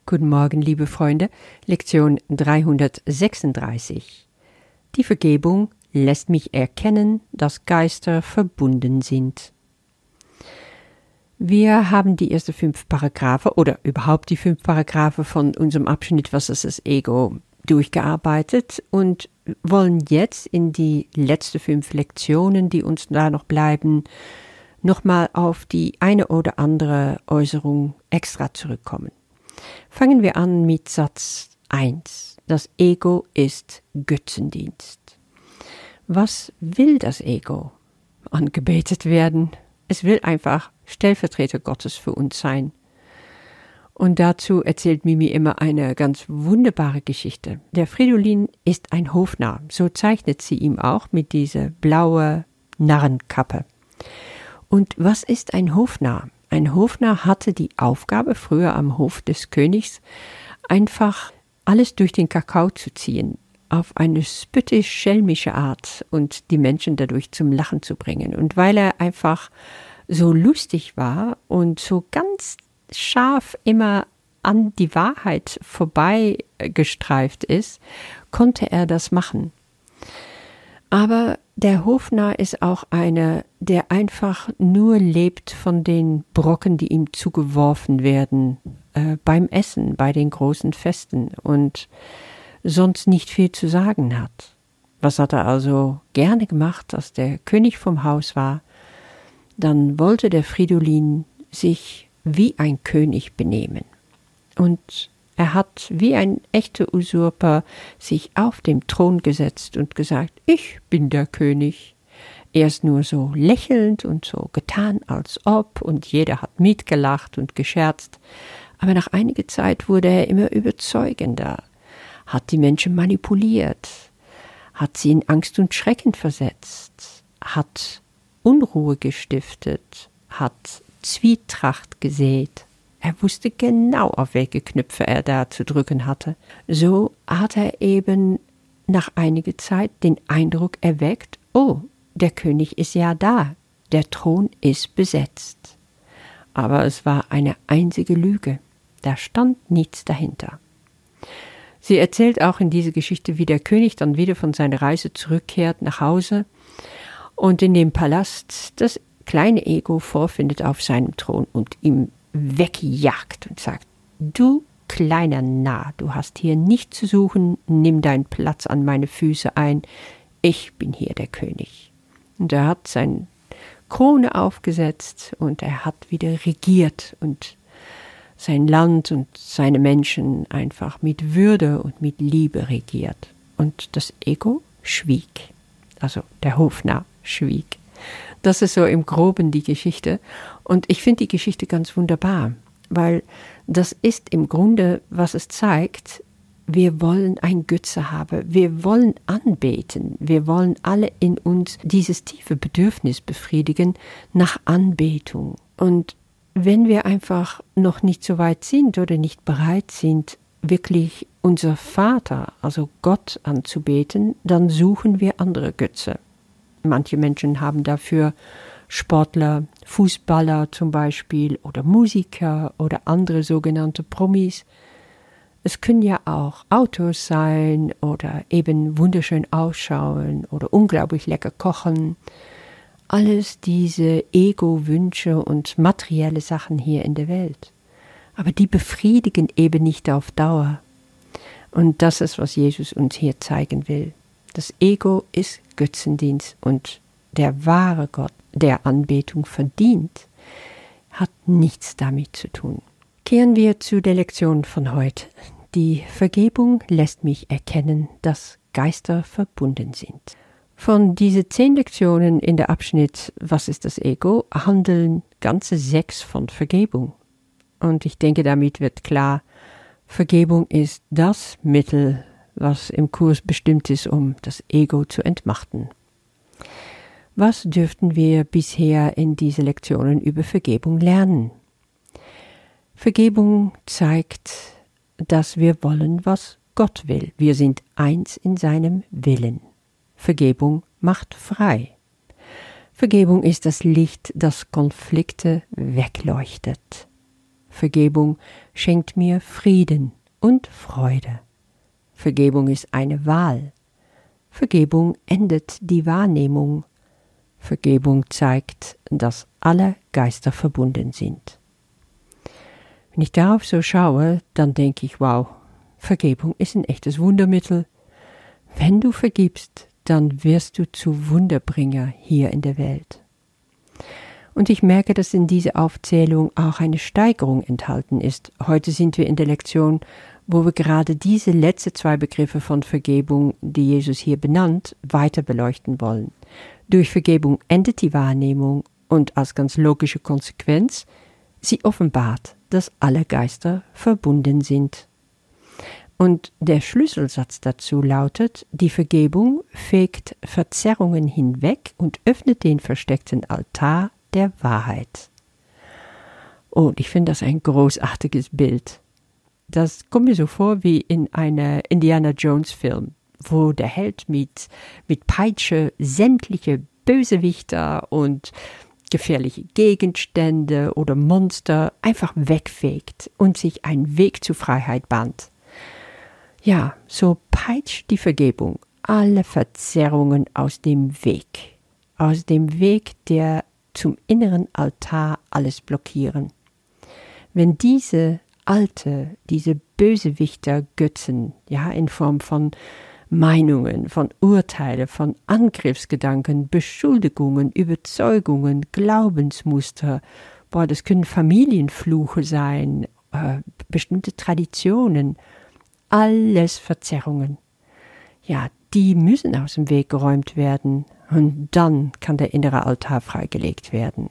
Guten Morgen, liebe Freunde, Lektion 336. Die Vergebung lässt mich erkennen, dass Geister verbunden sind. Wir haben die ersten 5 Paragraphen oder überhaupt die 5 Paragraphen von unserem Abschnitt Was ist das Ego durchgearbeitet und wollen jetzt in die letzten 5 Lektionen, die uns da noch bleiben, nochmal auf die eine oder andere Äußerung extra zurückkommen. Fangen wir an mit Satz 1. Das Ego ist Götzendienst. Was will das Ego? Angebetet werden. Es will einfach Stellvertreter Gottes für uns sein. Und dazu erzählt Mimi immer eine ganz wunderbare Geschichte. Der Fridolin ist ein Hofnarr. So zeichnet sie ihn auch mit dieser blauen Narrenkappe. Und was ist ein Hofnarr? Ein Hofnarr hatte die Aufgabe, früher am Hof des Königs, einfach alles durch den Kakao zu ziehen, auf eine spöttisch-schelmische Art und die Menschen dadurch zum Lachen zu bringen. Und weil er einfach so lustig war und so ganz scharf immer an die Wahrheit vorbeigestreift ist, konnte er das machen. Aber der Hofnarr ist auch einer, der einfach nur lebt von den Brocken, die ihm zugeworfen werden beim Essen, bei den großen Festen und sonst nicht viel zu sagen hat. Was hat er also gerne gemacht, als der König vom Haus war? Dann wollte der Fridolin sich wie ein König benehmen. Und er hat wie ein echter Usurper sich auf dem Thron gesetzt und gesagt, ich bin der König. Erst nur so lächelnd und so getan, als ob, und jeder hat mitgelacht und gescherzt. Aber nach einiger Zeit wurde er immer überzeugender, hat die Menschen manipuliert, hat sie in Angst und Schrecken versetzt, hat Unruhe gestiftet, hat Zwietracht gesät. Er wusste genau, auf welche Knöpfe er da zu drücken hatte. So hat er eben nach einiger Zeit den Eindruck erweckt, oh, der König ist ja da, der Thron ist besetzt. Aber es war eine einzige Lüge, da stand nichts dahinter. Sie erzählt auch in dieser Geschichte, wie der König dann wieder von seiner Reise zurückkehrt nach Hause und in dem Palast das kleine Ego vorfindet auf seinem Thron und ihm wegjagt und sagt, du kleiner Narr, du hast hier nichts zu suchen, nimm deinen Platz an meine Füße ein, ich bin hier der König. Und er hat seine Krone aufgesetzt und er hat wieder regiert und sein Land und seine Menschen einfach mit Würde und mit Liebe regiert. Und das Ego schwieg, also der Hofnarr schwieg. Das ist so im Groben die Geschichte. Und ich finde die Geschichte ganz wunderbar, weil das ist im Grunde, was es zeigt, wir wollen ein Götze haben, wir wollen anbeten, wir wollen alle in uns dieses tiefe Bedürfnis befriedigen nach Anbetung. Und wenn wir einfach noch nicht so weit sind oder nicht bereit sind, wirklich unser Vater, also Gott anzubeten, dann suchen wir andere Götze. Manche Menschen haben dafür Sportler, Fußballer zum Beispiel oder Musiker oder andere sogenannte Promis. Es können ja auch Autos sein oder eben wunderschön ausschauen oder unglaublich lecker kochen. Alles diese Ego-Wünsche und materielle Sachen hier in der Welt. Aber die befriedigen eben nicht auf Dauer. Und das ist, was Jesus uns hier zeigen will. Das Ego ist Götzendienst und der wahre Gott, der Anbetung verdient, hat nichts damit zu tun. Kehren wir zu der Lektion von heute. Die Vergebung lässt mich erkennen, dass Geister verbunden sind. Von diesen 10 Lektionen in der Abschnitt Was ist das Ego handeln ganze 6 von Vergebung. Und ich denke, damit wird klar, Vergebung ist das Mittel, was im Kurs bestimmt ist, um das Ego zu entmachten. Was dürften wir bisher in diesen Lektionen über Vergebung lernen? Vergebung zeigt, dass wir wollen, was Gott will. Wir sind eins in seinem Willen. Vergebung macht frei. Vergebung ist das Licht, das Konflikte wegleuchtet. Vergebung schenkt mir Frieden und Freude. Vergebung ist eine Wahl. Vergebung ändert die Wahrnehmung. Vergebung zeigt, dass alle Geister verbunden sind. Wenn ich darauf so schaue, dann denke ich, wow, Vergebung ist ein echtes Wundermittel. Wenn du vergibst, dann wirst du zu Wunderbringer hier in der Welt. Und ich merke, dass in dieser Aufzählung auch eine Steigerung enthalten ist. Heute sind wir in der Lektion, wo wir gerade diese letzten 2 Begriffe von Vergebung, die Jesus hier benannt, weiter beleuchten wollen. Durch Vergebung endet die Wahrnehmung und als ganz logische Konsequenz, sie offenbart, dass alle Geister verbunden sind. Und der Schlüsselsatz dazu lautet, die Vergebung fegt Verzerrungen hinweg und öffnet den versteckten Altar der Wahrheit. Und ich finde das ein großartiges Bild. Das kommt mir so vor wie in einem Indiana Jones Film, wo der Held mit Peitsche sämtliche Bösewichter und gefährliche Gegenstände oder Monster einfach wegfegt und sich einen Weg zur Freiheit bahnt. Ja, so peitscht die Vergebung alle Verzerrungen aus dem Weg, der zum inneren Altar alles blockieren. Wenn diese Bösewichter Götzen, ja, in Form von Meinungen, von Urteile, von Angriffsgedanken, Beschuldigungen, Überzeugungen, Glaubensmuster, das können Familienfluche sein, bestimmte Traditionen, alles Verzerrungen. Ja, die müssen aus dem Weg geräumt werden und dann kann der innere Altar freigelegt werden.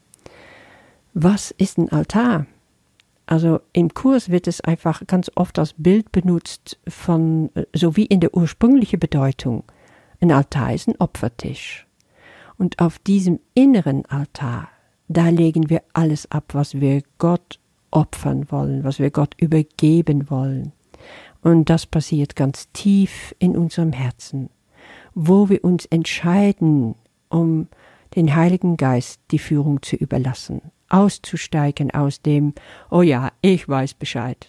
Was ist ein Altar? Also im Kurs wird es einfach ganz oft als Bild benutzt so wie in der ursprünglichen Bedeutung. Ein Altar ist ein Opfertisch. Und auf diesem inneren Altar, da legen wir alles ab, was wir Gott opfern wollen, was wir Gott übergeben wollen. Und das passiert ganz tief in unserem Herzen, wo wir uns entscheiden, um den Heiligen Geist die Führung zu überlassen, auszusteigen aus dem, oh ja, ich weiß Bescheid.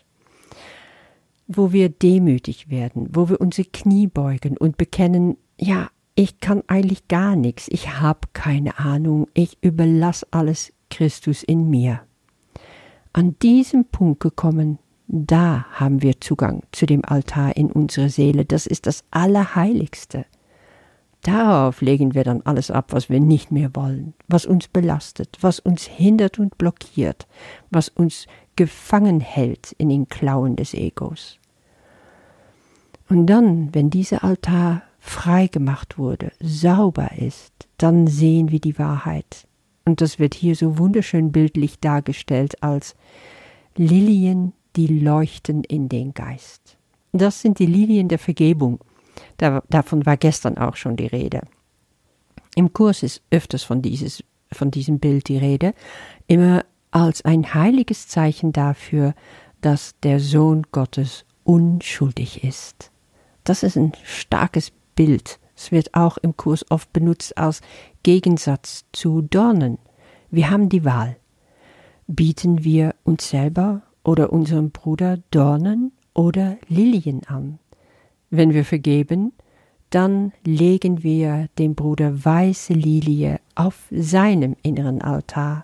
Wo wir demütig werden, wo wir unsere Knie beugen und bekennen, ja, ich kann eigentlich gar nichts, ich habe keine Ahnung, ich überlasse alles Christus in mir. An diesem Punkt gekommen, da haben wir Zugang zu dem Altar in unserer Seele. Das ist das Allerheiligste. Darauf legen wir dann alles ab, was wir nicht mehr wollen, was uns belastet, was uns hindert und blockiert, was uns gefangen hält in den Klauen des Egos. Und dann, wenn dieser Altar frei gemacht wurde, sauber ist, dann sehen wir die Wahrheit. Und das wird hier so wunderschön bildlich dargestellt als Lilien, die leuchten in den Geist. Das sind die Lilien der Vergebung. Davon war gestern auch schon die Rede. Im Kurs ist öfters von diesem Bild die Rede, immer als ein heiliges Zeichen dafür, dass der Sohn Gottes unschuldig ist. Das ist ein starkes Bild. Es wird auch im Kurs oft benutzt als Gegensatz zu Dornen. Wir haben die Wahl. Bieten wir uns selber oder unserem Bruder Dornen oder Lilien an? Wenn wir vergeben, dann legen wir dem Bruder weiße Lilie auf seinem inneren Altar.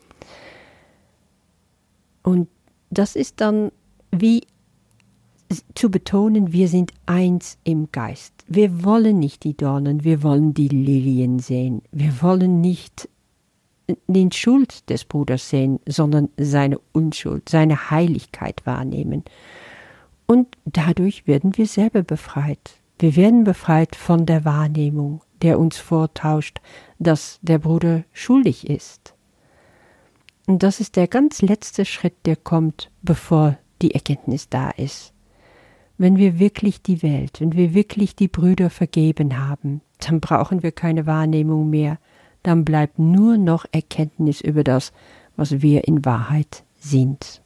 Und das ist dann wie zu betonen, wir sind eins im Geist. Wir wollen nicht die Dornen, wir wollen die Lilien sehen. Wir wollen nicht den Schuld des Bruders sehen, sondern seine Unschuld, seine Heiligkeit wahrnehmen. Und dadurch werden wir selber befreit. Wir werden befreit von der Wahrnehmung, der uns vortauscht, dass der Bruder schuldig ist. Und das ist der ganz letzte Schritt, der kommt, bevor die Erkenntnis da ist. Wenn wir wirklich die Welt, wenn wir wirklich die Brüder vergeben haben, dann brauchen wir keine Wahrnehmung mehr. Dann bleibt nur noch Erkenntnis über das, was wir in Wahrheit sind.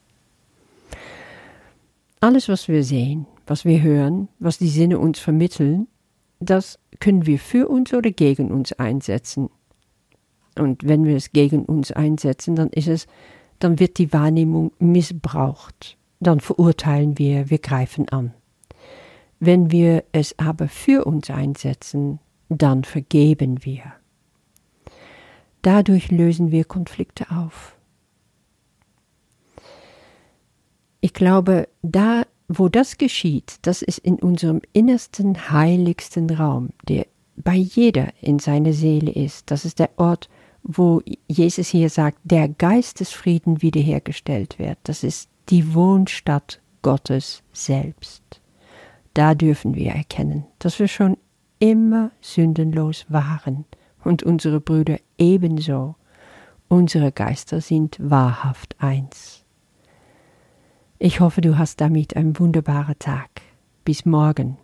Alles, was wir sehen, was wir hören, was die Sinne uns vermitteln, das können wir für uns oder gegen uns einsetzen. Und wenn wir es gegen uns einsetzen, dann dann wird die Wahrnehmung missbraucht. Dann verurteilen wir greifen an. Wenn wir es aber für uns einsetzen, dann vergeben wir. Dadurch lösen wir Konflikte auf. Ich glaube, da, wo das geschieht, das ist in unserem innersten, heiligsten Raum, der bei jeder in seiner Seele ist. Das ist der Ort, wo Jesus hier sagt, der Geistesfrieden wiederhergestellt wird. Das ist die Wohnstatt Gottes selbst. Da dürfen wir erkennen, dass wir schon immer sündenlos waren und unsere Brüder ebenso. Unsere Geister sind wahrhaft eins. Ich hoffe, du hast damit einen wunderbaren Tag. Bis morgen.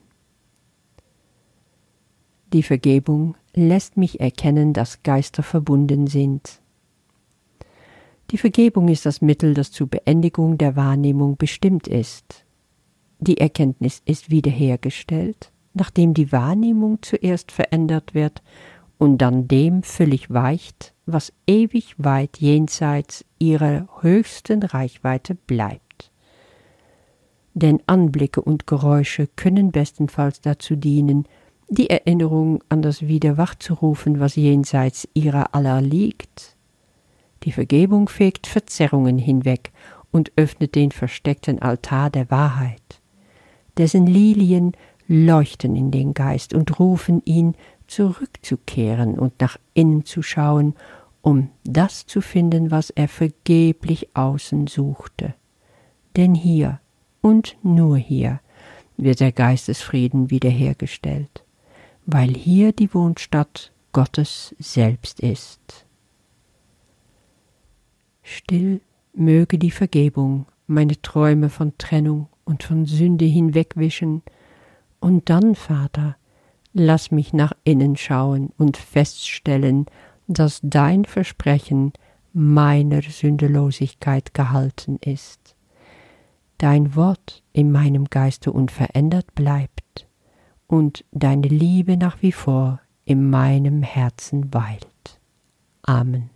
Die Vergebung lässt mich erkennen, dass Geister verbunden sind. Die Vergebung ist das Mittel, das zur Beendigung der Wahrnehmung bestimmt ist. Die Erkenntnis ist wiederhergestellt, nachdem die Wahrnehmung zuerst verändert wird und dann dem völlig weicht, was ewig weit jenseits ihrer höchsten Reichweite bleibt. Denn Anblicke und Geräusche können bestenfalls dazu dienen, die Erinnerung an das wieder wachzurufen, was jenseits ihrer aller liegt. Die Vergebung fegt Verzerrungen hinweg und öffnet den versteckten Altar der Wahrheit. Dessen Lilien leuchten in den Geist und rufen ihn, zurückzukehren und nach innen zu schauen, um das zu finden, was er vergeblich außen suchte. Denn hier und nur hier wird der Geistesfrieden wiederhergestellt, weil hier die Wohnstatt Gottes selbst ist. Still möge die Vergebung meine Träume von Trennung und von Sünde hinwegwischen, und dann, Vater, lass mich nach innen schauen und feststellen, dass dein Versprechen meiner Sündelosigkeit gehalten ist. Dein Wort in meinem Geiste unverändert bleibt und deine Liebe nach wie vor in meinem Herzen weilt. Amen.